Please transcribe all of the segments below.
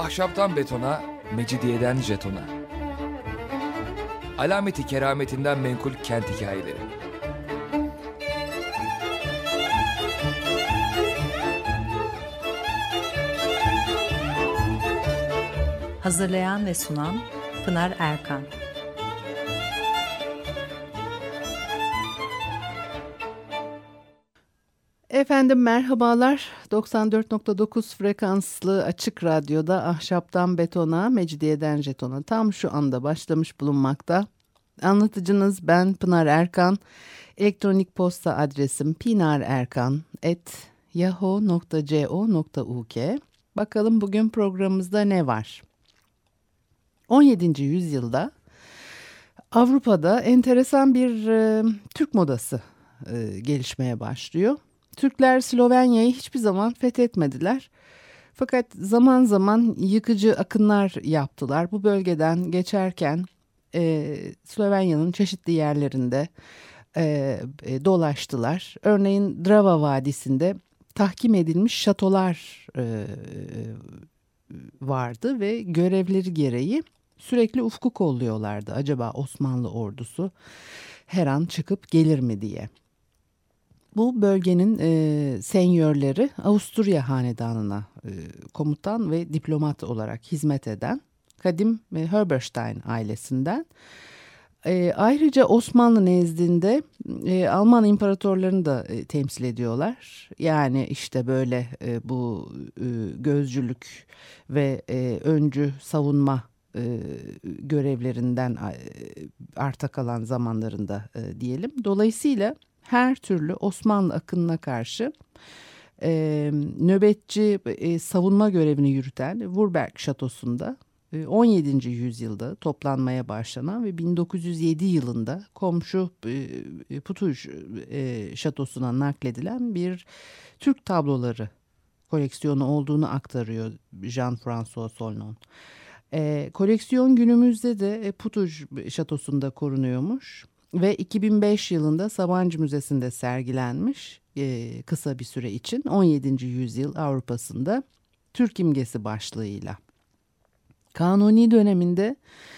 Ahşaptan betona, mecidiyeden jetona. Alameti kerametinden menkul kent hikayeleri. Hazırlayan ve sunan Pınar Erkan. Efendim merhabalar. 94.9 frekanslı açık radyoda Ahşaptan Betona, Mecidiyeden Jetona tam şu anda başlamış bulunmakta. Anlatıcınız ben Pınar Erkan. Elektronik posta adresim pinarerkan@yahoo.co.uk. Bakalım bugün programımızda ne var? 17. yüzyılda Avrupa'da enteresan bir Türk modası gelişmeye başlıyor. Türkler Slovenya'yı hiçbir zaman fethetmediler. Fakat zaman zaman yıkıcı akınlar yaptılar. Bu bölgeden geçerken Slovenya'nın çeşitli yerlerinde dolaştılar. Örneğin Drava Vadisi'nde tahkim edilmiş şatolar vardı ve görevleri gereği sürekli ufku kolluyorlardı. Acaba Osmanlı ordusu her an çıkıp gelir mi diye. Bu bölgenin senyörleri Avusturya hanedanına komutan ve diplomat olarak hizmet eden kadim Herberstein ailesinden. Ayrıca Osmanlı nezdinde Alman imparatorlarını da temsil ediyorlar. Yani işte böyle bu gözcülük ve öncü savunma görevlerinden arta kalan zamanlarında diyelim. Dolayısıyla her türlü Osmanlı akınına karşı nöbetçi savunma görevini yürüten Würberg Şatosu'nda 17. yüzyılda toplanmaya başlanan ve 1907 yılında komşu Putuj Şatosu'na nakledilen bir Türk tabloları koleksiyonu olduğunu aktarıyor Jean-François Saulnon. Koleksiyon günümüzde de Putuj Şatosu'nda korunuyormuş. Ve 2005 yılında Sabancı Müzesi'nde sergilenmiş kısa bir süre için 17. yüzyıl Avrupa'sında Türk imgesi başlığıyla. Kanuni döneminde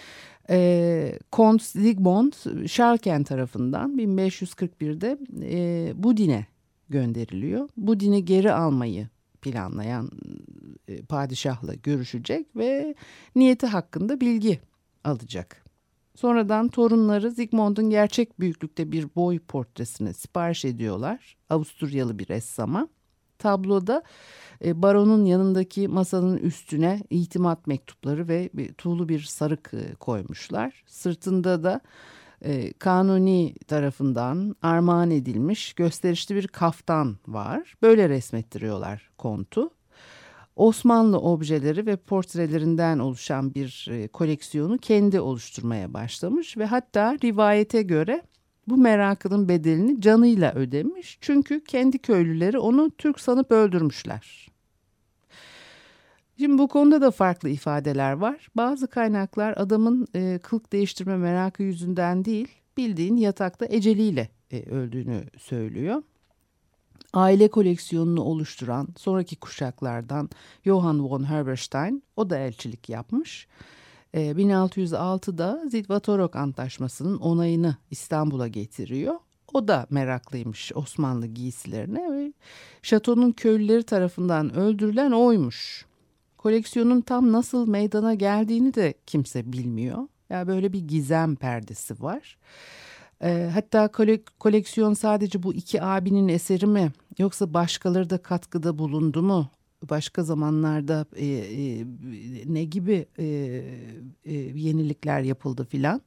Kont Zygmunt Schalken tarafından 1541'de Budin'e gönderiliyor. Budin'i geri almayı planlayan padişahla görüşecek ve niyeti hakkında bilgi alacak. Sonradan torunları Zygmunt'un gerçek büyüklükte bir boy portresini sipariş ediyorlar Avusturyalı bir ressama. Tabloda baronun yanındaki masanın üstüne itimat mektupları ve tuğlu bir sarık koymuşlar. Sırtında da Kanuni tarafından armağan edilmiş gösterişli bir kaftan var. Böyle resmettiriyorlar kontu. Osmanlı objeleri ve portrelerinden oluşan bir koleksiyonu kendi oluşturmaya başlamış ve hatta rivayete göre bu merakının bedelini canıyla ödemiş. Çünkü kendi köylüleri onu Türk sanıp öldürmüşler. Şimdi bu konuda da farklı ifadeler var. Bazı kaynaklar adamın kılık değiştirme merakı yüzünden değil, bildiğin yatakta eceliyle öldüğünü söylüyor. Aile koleksiyonunu oluşturan sonraki kuşaklardan Johann von Herberstein o da elçilik yapmış. 1606'da Zitvatorok Antlaşması'nın onayını İstanbul'a getiriyor. O da meraklıymış Osmanlı giysilerine ve şatonun köylüleri tarafından öldürülen oymuş. Koleksiyonun tam nasıl meydana geldiğini de kimse bilmiyor. Yani böyle bir gizem perdesi var. Hatta koleksiyon sadece bu iki abinin eseri mi yoksa başkaları da katkıda bulundu mu? Başka zamanlarda ne gibi yenilikler yapıldı filan?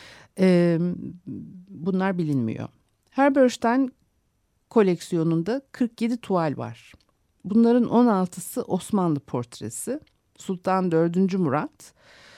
Bunlar bilinmiyor. Herberstein koleksiyonunda 47 tuval var. Bunların 16'sı Osmanlı portresi. Sultan 4. Murat,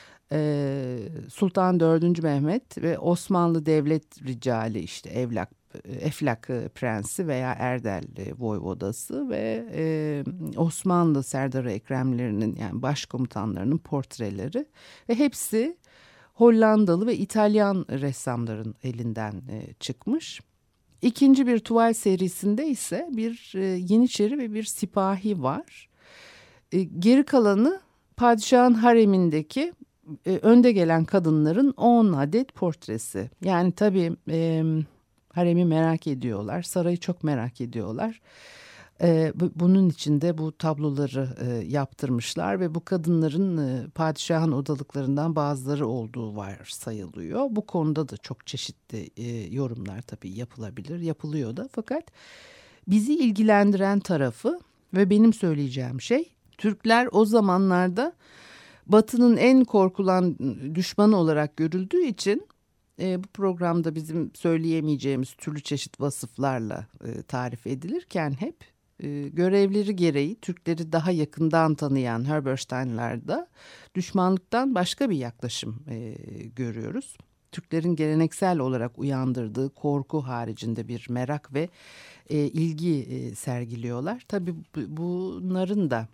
Sultan 4. Mehmet ve Osmanlı devlet ricali işte Eflak Prensi veya Erdel Voyvodası ve Osmanlı Serdarı Ekremlerinin yani başkomutanlarının portreleri ve hepsi Hollandalı ve İtalyan ressamların elinden çıkmış. İkinci bir tuval serisinde ise bir Yeniçeri ve bir sipahi var. Geri kalanı padişahın haremindeki önde gelen kadınların 10 adet portresi. Yani tabii haremi merak ediyorlar, sarayı çok merak ediyorlar. Bunun için de bu tabloları yaptırmışlar ve bu kadınların padişahın odalıklarından bazıları olduğu varsayılıyor. Bu konuda da çok çeşitli yorumlar tabii yapılabilir, yapılıyor da. Fakat bizi ilgilendiren tarafı ve benim söyleyeceğim şey, Türkler o zamanlarda Batı'nın en korkulan düşmanı olarak görüldüğü için bu programda bizim söyleyemeyeceğimiz türlü çeşit vasıflarla tarif edilirken hep görevleri gereği Türkleri daha yakından tanıyan Herberstein'larda düşmanlıktan başka bir yaklaşım görüyoruz. Türklerin geleneksel olarak uyandırdığı korku haricinde bir merak ve ilgi sergiliyorlar. Tabii bunların da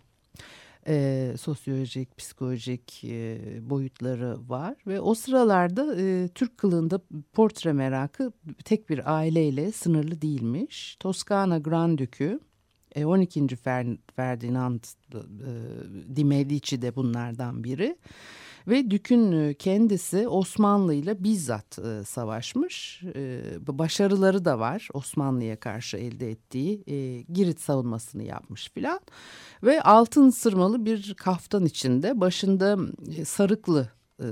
sosyolojik, psikolojik boyutları var ve o sıralarda Türk kılığında portre merakı tek bir aileyle sınırlı değilmiş. Toskana Grand Dükü 12. Ferdinand di Medici de bunlardan biri ve Dük'ün kendisi Osmanlı ile bizzat savaşmış. Başarıları da var, Osmanlı'ya karşı elde ettiği Girit savunmasını yapmış filan ve altın sırmalı bir kaftan içinde, başında sarıklı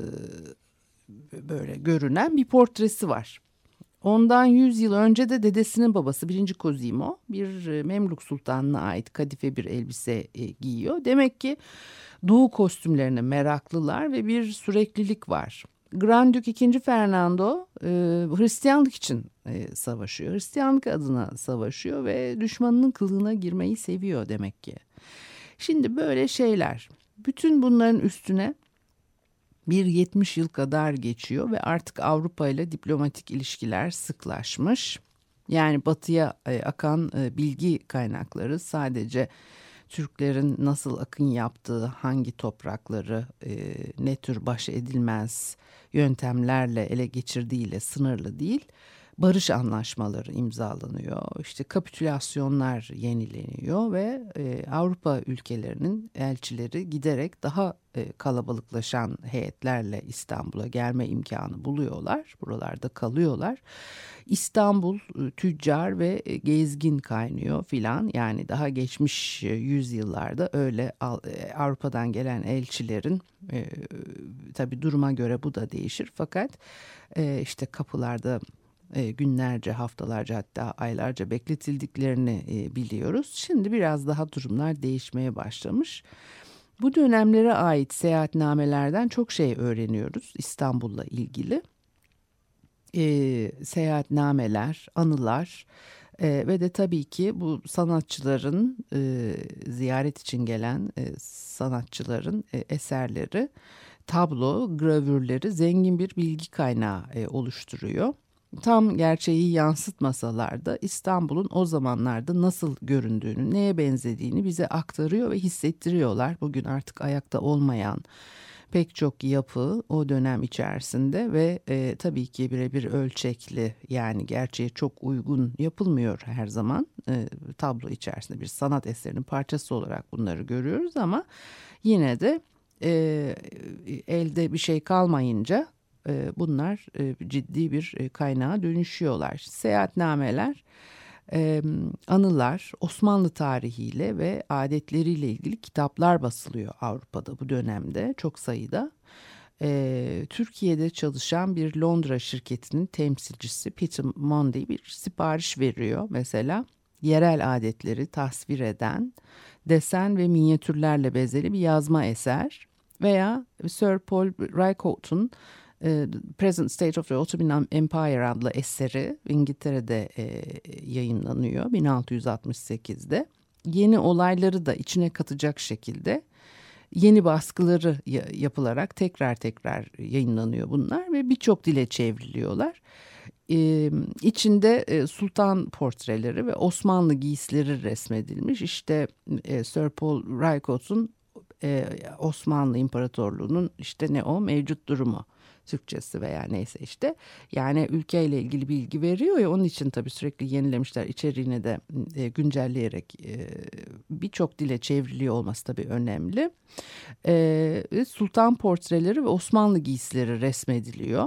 böyle görünen bir portresi var. Ondan 100 yıl önce de dedesinin babası 1. Cosimo bir Memlük Sultanı'na ait kadife bir elbise giyiyor. Demek ki Doğu kostümlerine meraklılar ve bir süreklilik var. Grand Duke 2. Fernando Hristiyanlık için savaşıyor. Hristiyanlık adına savaşıyor ve düşmanının kılığına girmeyi seviyor demek ki. Şimdi böyle şeyler, bütün bunların üstüne bir 70 yıl kadar geçiyor ve artık Avrupa ile diplomatik ilişkiler sıklaşmış. Yani batıya akan bilgi kaynakları sadece Türklerin nasıl akın yaptığı, hangi toprakları ne tür baş edilmez yöntemlerle ele geçirdiğiyle sınırlı değil. Barış anlaşmaları imzalanıyor, işte kapitülasyonlar yenileniyor ve Avrupa ülkelerinin elçileri giderek daha kalabalıklaşan heyetlerle İstanbul'a gelme imkanı buluyorlar. Buralarda kalıyorlar. İstanbul tüccar ve gezgin kaynıyor filan. Yani daha geçmiş yüzyıllarda öyle Avrupa'dan gelen elçilerin tabii duruma göre bu da değişir. Fakat işte kapılarda günlerce, haftalarca, hatta aylarca bekletildiklerini biliyoruz. Şimdi biraz daha durumlar değişmeye başlamış. Bu dönemlere ait seyahatnamelerden çok şey öğreniyoruz İstanbul'la ilgili. Seyahatnameler, anılar ve de tabii ki bu sanatçıların, ziyaret için gelen sanatçıların eserleri, tablo, gravürleri zengin bir bilgi kaynağı oluşturuyor. Tam gerçeği yansıtmasalar da İstanbul'un o zamanlarda nasıl göründüğünü, neye benzediğini bize aktarıyor ve hissettiriyorlar. Bugün artık ayakta olmayan pek çok yapı o dönem içerisinde ve tabii ki birebir ölçekli, yani gerçeğe çok uygun yapılmıyor her zaman. Tablo içerisinde bir sanat eserinin parçası olarak bunları görüyoruz ama yine de elde bir şey kalmayınca bunlar ciddi bir kaynağa dönüşüyorlar. Seyahatnameler, anılar, Osmanlı tarihiyle ve adetleriyle ilgili kitaplar basılıyor Avrupa'da bu dönemde çok sayıda. Türkiye'de çalışan bir Londra şirketinin temsilcisi Peter Monday bir sipariş veriyor. Mesela yerel adetleri tasvir eden desen ve minyatürlerle bezeli bir yazma eser veya Sir Paul Rycote'un Present State of the Ottoman Empire adlı eseri İngiltere'de yayınlanıyor 1668'de. Yeni olayları da içine katacak şekilde yeni baskıları yapılarak tekrar yayınlanıyor bunlar ve birçok dile çevriliyorlar. İçinde sultan portreleri ve Osmanlı giysileri resmedilmiş. İşte Sir Paul Rycote'un Osmanlı İmparatorluğu'nun işte mevcut durumu Türkçesi veya neyse işte. Yani ülkeyle ilgili bilgi veriyor ya, onun için tabii sürekli yenilemişler. İçeriğini de güncelleyerek birçok dile çevriliyor olması tabii önemli. Sultan portreleri ve Osmanlı giysileri resmediliyor.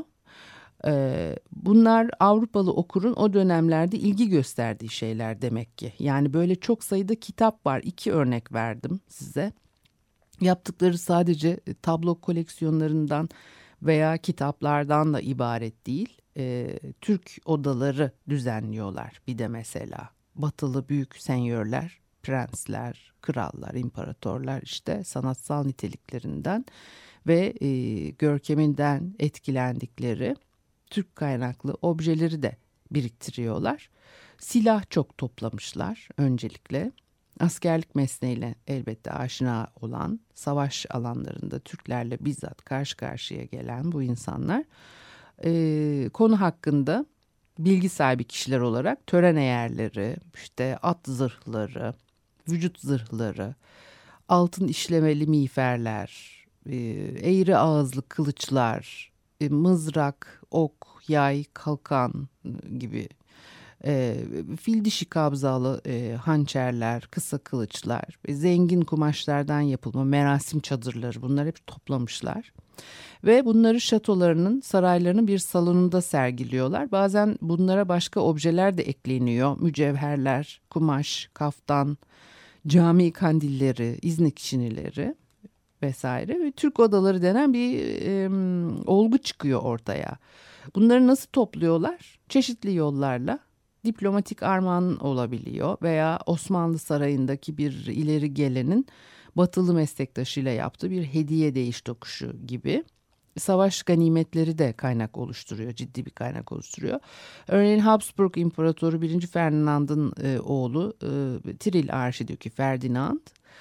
Bunlar Avrupalı okurun o dönemlerde ilgi gösterdiği şeyler demek ki. Yani böyle çok sayıda kitap var. 2 örnek verdim size. Yaptıkları sadece tablo koleksiyonlarından veya kitaplardan da ibaret değil. Türk odaları düzenliyorlar. Bir de mesela batılı büyük senyörler, prensler, krallar, imparatorlar işte sanatsal niteliklerinden ve görkeminden etkilendikleri Türk kaynaklı objeleri de biriktiriyorlar. Silah çok toplamışlar öncelikle. Askerlik mesleğiyle elbette aşina olan, savaş alanlarında Türklerle bizzat karşı karşıya gelen bu insanlar konu hakkında bilgi sahibi kişiler olarak tören eğerleri, işte at zırhları, vücut zırhları, altın işlemeli miğferler, eğri ağızlı kılıçlar, mızrak, ok, yay, kalkan gibi, fil dişi kabzalı hançerler, kısa kılıçlar, zengin kumaşlardan yapılma merasim çadırları, bunlar hep toplamışlar. Ve bunları şatolarının, saraylarının bir salonunda sergiliyorlar. Bazen bunlara başka objeler de ekleniyor. Mücevherler, kumaş, kaftan, cami kandilleri, İznik çinileri vesaire. Ve Türk odaları denen bir olgu çıkıyor ortaya. Bunları nasıl topluyorlar? Çeşitli yollarla. Diplomatik armağan olabiliyor veya Osmanlı Sarayı'ndaki bir ileri gelenin batılı meslektaşıyla yaptığı bir hediye değiş tokuşu gibi. Savaş ganimetleri de kaynak oluşturuyor, ciddi bir kaynak oluşturuyor. Örneğin Habsburg İmparatoru 1. Ferdinand'ın oğlu Tiril Arşidükü Ferdinand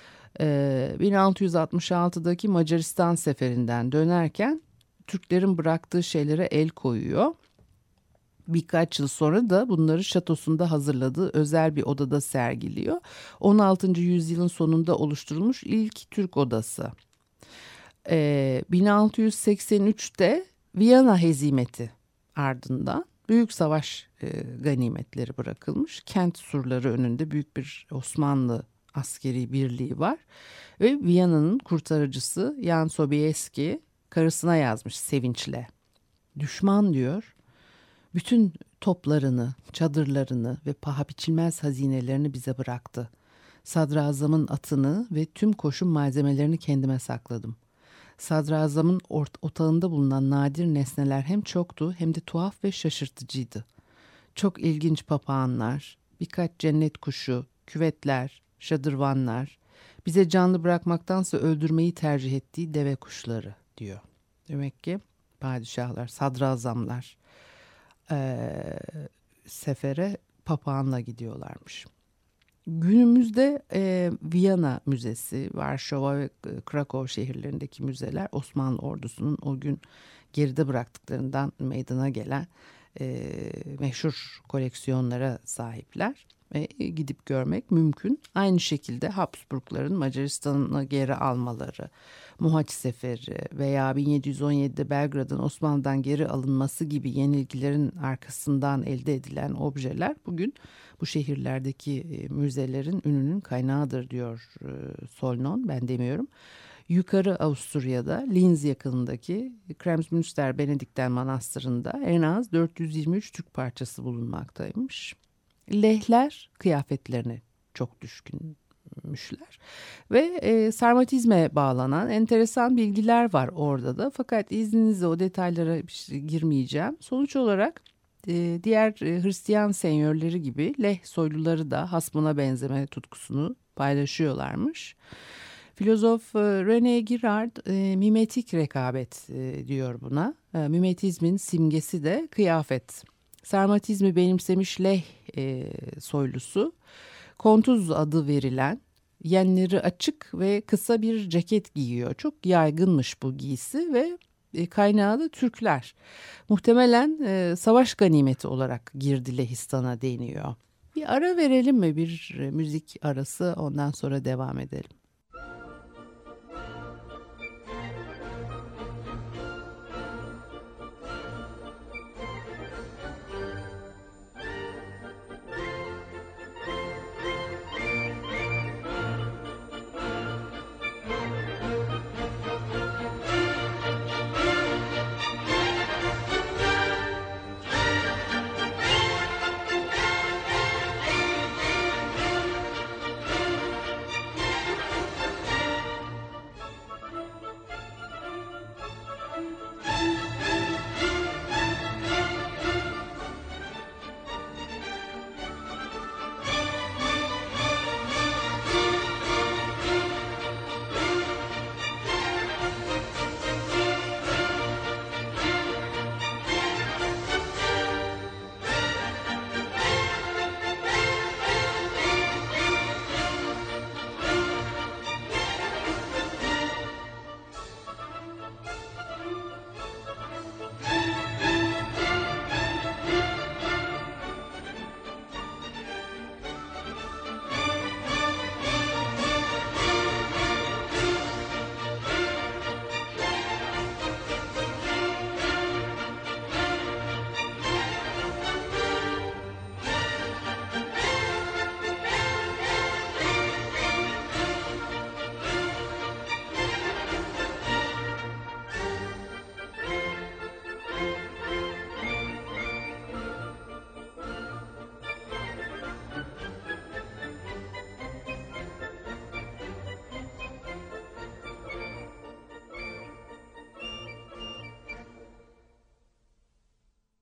1666'daki Macaristan seferinden dönerken Türklerin bıraktığı şeylere el koyuyor. Birkaç yıl sonra da bunları şatosunda hazırladığı özel bir odada sergiliyor. 16. yüzyılın sonunda oluşturulmuş ilk Türk odası. 1683'te Viyana hezimeti ardından büyük savaş ganimetleri bırakılmış. Kent surları önünde büyük bir Osmanlı askeri birliği var. Ve Viyana'nın kurtarıcısı Jan Sobieski karısına yazmış sevinçle. Düşman diyor, bütün toplarını, çadırlarını ve paha biçilmez hazinelerini bize bıraktı. Sadrazamın atını ve tüm koşum malzemelerini kendime sakladım. Sadrazamın otağında bulunan nadir nesneler hem çoktu hem de tuhaf ve şaşırtıcıydı. Çok ilginç papağanlar, birkaç cennet kuşu, küvetler, şadırvanlar, bize canlı bırakmaktansa öldürmeyi tercih ettiği deve kuşları diyor. Demek ki padişahlar, sadrazamlar sefere papağanla gidiyorlarmış. Günümüzde Viyana Müzesi, Varşova ve Krakow şehirlerindeki müzeler Osmanlı ordusunun o gün geride bıraktıklarından meydana gelen meşhur koleksiyonlara sahipler. Gidip görmek mümkün. Aynı şekilde Habsburgların Macaristan'ı geri almaları, Mohaç Seferi veya 1717'de Belgrad'ın Osmanlı'dan geri alınması gibi yenilgilerin arkasından elde edilen objeler bugün bu şehirlerdeki müzelerin ününün kaynağıdır diyor Solnon, ben demiyorum. Yukarı Avusturya'da Linz yakınındaki Kremsmünster Benedikten Manastırı'nda en az 423 Türk parçası bulunmaktaymış. Lehler kıyafetlerine çok düşkünmüşler ve sarmatizme bağlanan enteresan bilgiler var orada da, fakat izninizle o detaylara girmeyeceğim. Sonuç olarak diğer Hristiyan senyörleri gibi Leh soyluları da hasmına benzeme tutkusunu paylaşıyorlarmış. Filozof René Girard mimetik rekabet diyor buna. Mimetizmin simgesi de kıyafet. Sarmatizmi benimsemiş Leh soylusu kontuz adı verilen yenleri açık ve kısa bir ceket giyiyor. Çok yaygınmış bu giysi ve kaynağı da Türkler. Muhtemelen savaş ganimeti olarak girdi Lehistan'a deniyor. Bir ara verelim mi, bir müzik arası, ondan sonra devam edelim.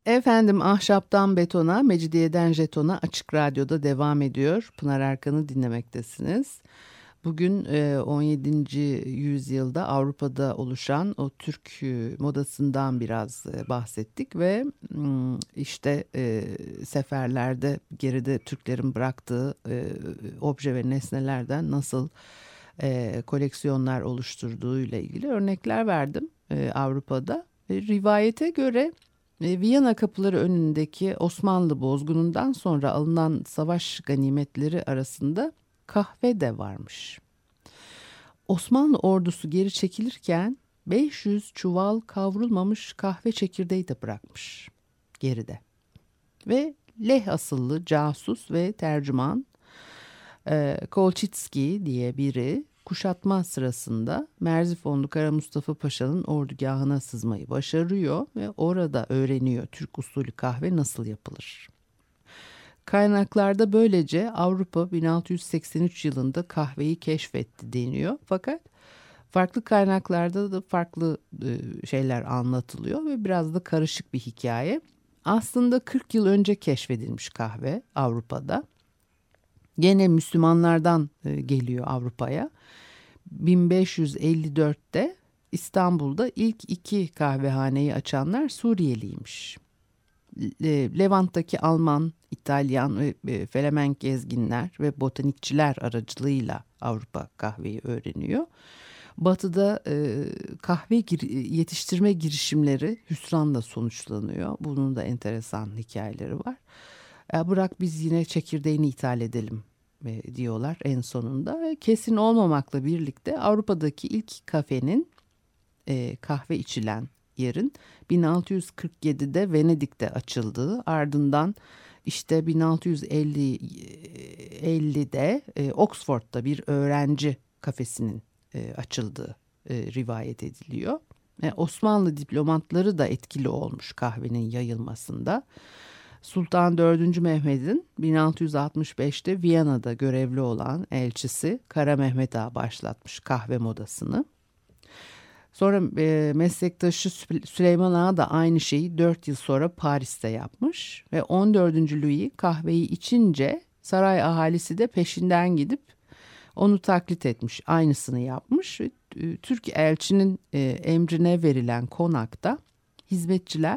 Efendim, ahşaptan betona, mecidiyeden jetona Açık Radyo'da devam ediyor. Pınar Erkan'ı dinlemektesiniz. Bugün 17. yüzyılda Avrupa'da oluşan o Türk modasından biraz bahsettik ve işte seferlerde geride Türklerin bıraktığı obje ve nesnelerden nasıl koleksiyonlar oluşturduğu ile ilgili örnekler verdim Avrupa'da. Rivayete göre Viyana kapıları önündeki Osmanlı bozgunundan sonra alınan savaş ganimetleri arasında kahve de varmış. Osmanlı ordusu geri çekilirken 500 çuval kavrulmamış kahve çekirdeği de bırakmış geride. Ve Leh asıllı casus ve tercüman Kolçitski diye biri kuşatma sırasında Merzifonlu Kara Mustafa Paşa'nın ordugahına sızmayı başarıyor ve orada öğreniyor Türk usulü kahve nasıl yapılır. Kaynaklarda böylece Avrupa 1683 yılında kahveyi keşfetti deniyor. Fakat farklı kaynaklarda da farklı şeyler anlatılıyor ve biraz da karışık bir hikaye. Aslında 40 yıl önce keşfedilmiş kahve Avrupa'da. Gene Müslümanlardan geliyor Avrupa'ya. 1554'te İstanbul'da ilk 2 kahvehaneyi açanlar Suriyeliymiş. Levant'taki Alman, İtalyan ve Felemenk gezginler ve botanikçiler aracılığıyla Avrupa kahveyi öğreniyor. Batı'da kahve yetiştirme girişimleri hüsranla sonuçlanıyor. Bunun da enteresan hikayeleri var. Bırak biz yine çekirdeğini ithal edelim diyorlar en sonunda. Kesin olmamakla birlikte Avrupa'daki ilk kafenin kahve içilen yerin 1647'de Venedik'te açıldığı, ardından işte 1650'de Oxford'da bir öğrenci kafesinin açıldığı rivayet ediliyor. Osmanlı diplomatları da etkili olmuş kahvenin yayılmasında. Sultan 4. Mehmet'in 1665'te Viyana'da görevli olan elçisi Kara Mehmet Ağa başlatmış kahve modasını. Sonra meslektaşı Süleyman Ağa da aynı şeyi 4 yıl sonra Paris'te yapmış. Ve 14. Louis kahveyi içince saray ahalisi de peşinden gidip onu taklit etmiş. Aynısını yapmış. Türk elçinin emrine verilen konakta hizmetçiler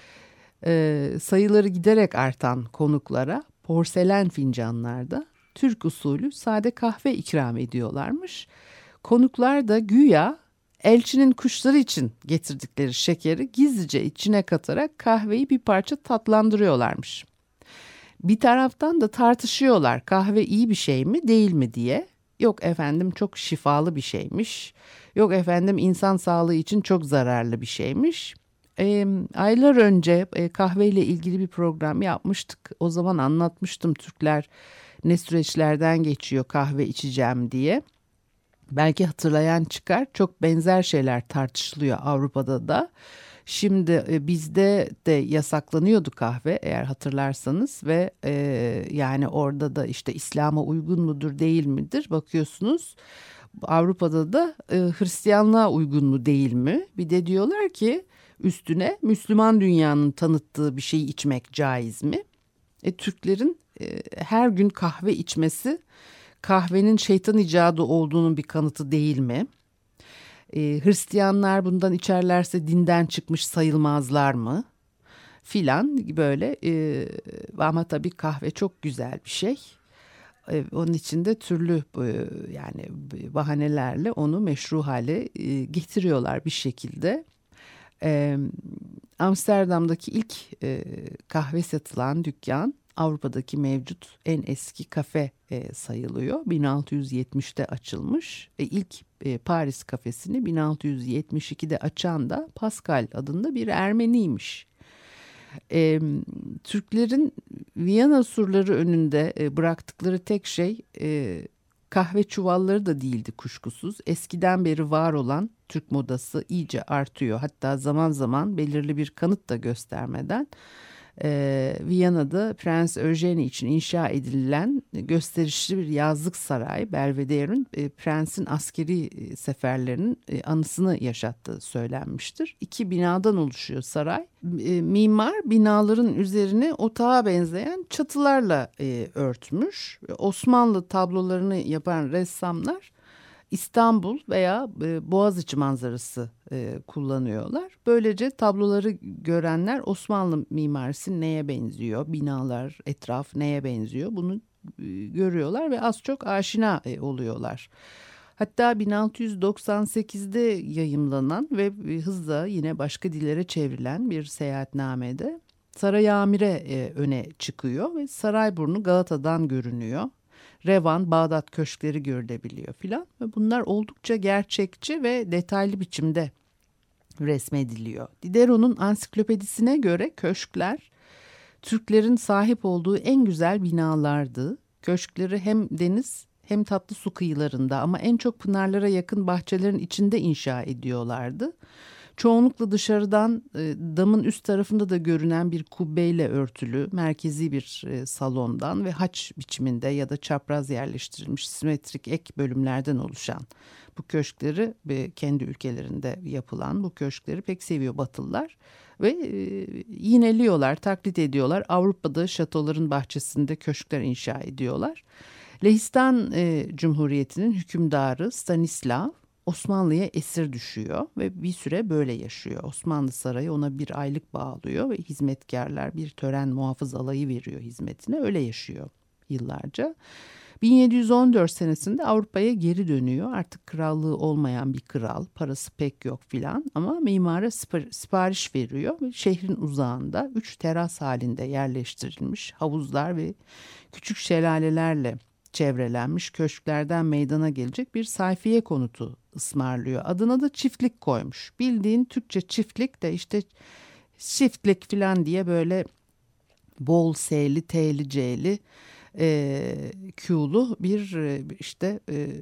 sayıları giderek artan konuklara porselen fincanlarda Türk usulü sade kahve ikram ediyorlarmış. Konuklar da güya elçinin kuşları için getirdikleri şekeri gizlice içine katarak kahveyi bir parça tatlandırıyorlarmış. Bir taraftan da tartışıyorlar kahve iyi bir şey mi değil mi diye. Yok efendim çok şifalı bir şeymiş. Yok efendim insan sağlığı için çok zararlı bir şeymiş. Aylar önce kahveyle ilgili bir program yapmıştık. O zaman anlatmıştım Türkler ne süreçlerden geçiyor kahve içeceğim diye. Belki hatırlayan çıkar. Çok benzer şeyler tartışılıyor Avrupa'da da. Şimdi bizde de yasaklanıyordu kahve eğer hatırlarsanız ve yani orada da işte İslam'a uygun mudur değil midir bakıyorsunuz. Avrupa'da da Hristiyanlığa uygun mu değil mi? Bir de diyorlar ki üstüne Müslüman dünyanın tanıttığı bir şeyi içmek caiz mi? Türklerin her gün kahve içmesi kahvenin şeytan icadı olduğunun bir kanıtı değil mi? Hristiyanlar bundan içerlerse dinden çıkmış sayılmazlar mı? Filan böyle ama tabii kahve çok güzel bir şey. Onun için de türlü yani bahanelerle onu meşru hale getiriyorlar bir şekilde. Amsterdam'daki ilk kahve satılan dükkan Avrupa'daki mevcut en eski kafe sayılıyor. 1670'te açılmış. İlk Paris kafesini 1672'de açan da Pascal adında bir Ermeniymiş. Türklerin Viyana surları önünde bıraktıkları tek şey kahve çuvalları da değildi kuşkusuz. Eskiden beri var olan Türk modası iyice artıyor. Hatta zaman zaman belirli bir kanıt da göstermeden Viyana'da Prens Eugene için inşa edilen gösterişli bir yazlık saray Belvedere'nin prensin askeri seferlerinin anısını yaşattığı söylenmiştir. 2 binadan oluşuyor saray. Mimar binaların üzerini otağa benzeyen çatılarla örtmüş. Osmanlı tablolarını yapan ressamlar İstanbul veya Boğaziçi manzarası kullanıyorlar. Böylece tabloları görenler Osmanlı mimarisi neye benziyor, binalar, etraf neye benziyor bunu görüyorlar ve az çok aşina oluyorlar. Hatta 1698'de yayımlanan ve hızla yine başka dillere çevrilen bir seyahatnamede Saray Amire öne çıkıyor ve Sarayburnu Galata'dan görünüyor. Revan, Bağdat köşkleri görülebiliyor filan ve bunlar oldukça gerçekçi ve detaylı biçimde resmediliyor. Diderot'un ansiklopedisine göre köşkler Türklerin sahip olduğu en güzel binalardı. Köşkleri hem deniz hem tatlı su kıyılarında ama en çok pınarlara yakın bahçelerin içinde inşa ediyorlardı. Çoğunlukla dışarıdan damın üst tarafında da görünen bir kubbeyle örtülü merkezi bir salondan ve haç biçiminde ya da çapraz yerleştirilmiş simetrik ek bölümlerden oluşan bu köşkleri kendi ülkelerinde yapılan bu köşkleri pek seviyor Batılılar ve yineliyorlar, taklit ediyorlar. Avrupa'da şatoların bahçesinde köşkler inşa ediyorlar. Lehistan Cumhuriyeti'nin hükümdarı Stanislav Osmanlı'ya esir düşüyor ve bir süre böyle yaşıyor. Osmanlı Sarayı ona bir aylık bağlıyor ve hizmetkarlar bir tören muhafız alayı veriyor hizmetine. Öyle yaşıyor yıllarca. 1714 senesinde Avrupa'ya geri dönüyor. Artık krallığı olmayan bir kral, parası pek yok filan ama mimara sipariş veriyor ve şehrin uzağında 3 teras halinde yerleştirilmiş havuzlar ve küçük şelalelerle çevrelenmiş köşklerden meydana gelecek bir sayfiye konutu ısmarlıyor. Adına da çiftlik koymuş. Bildiğin Türkçe çiftlik de işte çiftlik falan diye böyle bol S'li, T'li, C'li, Q'lu bir işte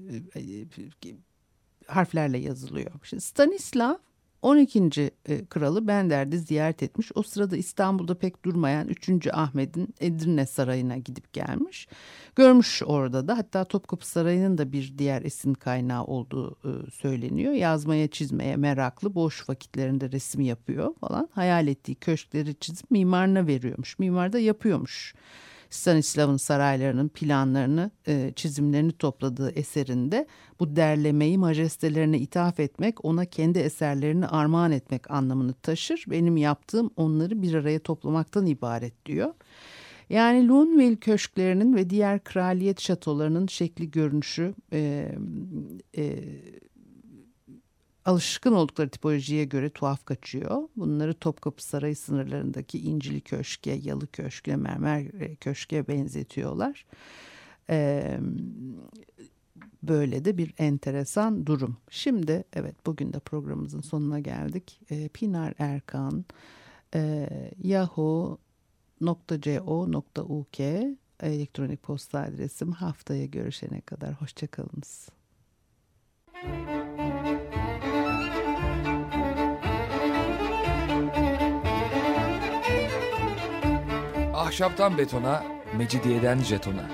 harflerle yazılıyor. Şimdi Stanislav 12. kralı Bender'de ziyaret etmiş. O sırada İstanbul'da pek durmayan 3. Ahmet'in Edirne Sarayı'na gidip gelmiş. Görmüş orada da, hatta Topkapı Sarayı'nın da bir diğer esin kaynağı olduğu söyleniyor. Yazmaya çizmeye meraklı, boş vakitlerinde resim yapıyor falan. Hayal ettiği köşkleri çizip mimarına veriyormuş. Mimar da yapıyormuş. Stanislav'ın saraylarının planlarını, çizimlerini topladığı eserinde bu derlemeyi majestelerine ithaf etmek, ona kendi eserlerini armağan etmek anlamını taşır. Benim yaptığım onları bir araya toplamaktan ibaret diyor. Yani Luneville köşklerinin ve diğer kraliyet şatolarının şekli, görünüşü alışkın oldukları tipolojiye göre tuhaf kaçıyor. Bunları Topkapı Sarayı sınırlarındaki İncili Köşk'e, Yalı Köşk'e, Mermer Köşk'e benzetiyorlar. Böyle de bir enteresan durum. Şimdi evet, bugün de programımızın sonuna geldik. Pinar Erkan, yahoo.co.uk elektronik posta adresim. Haftaya görüşene kadar hoşçakalınız. Ahşaptan betona, mecidiyeden jetona.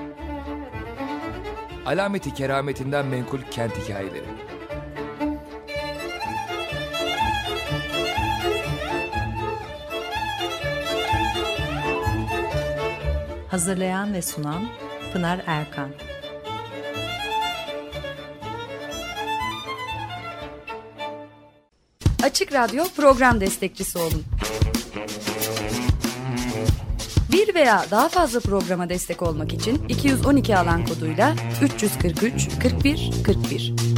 Alameti kerametinden menkul kent hikayeleri. Hazırlayan ve sunan Pınar Erkan. Açık Radyo program destekçisi olun. Bir veya daha fazla programa destek olmak için 212 alan koduyla 343 41 41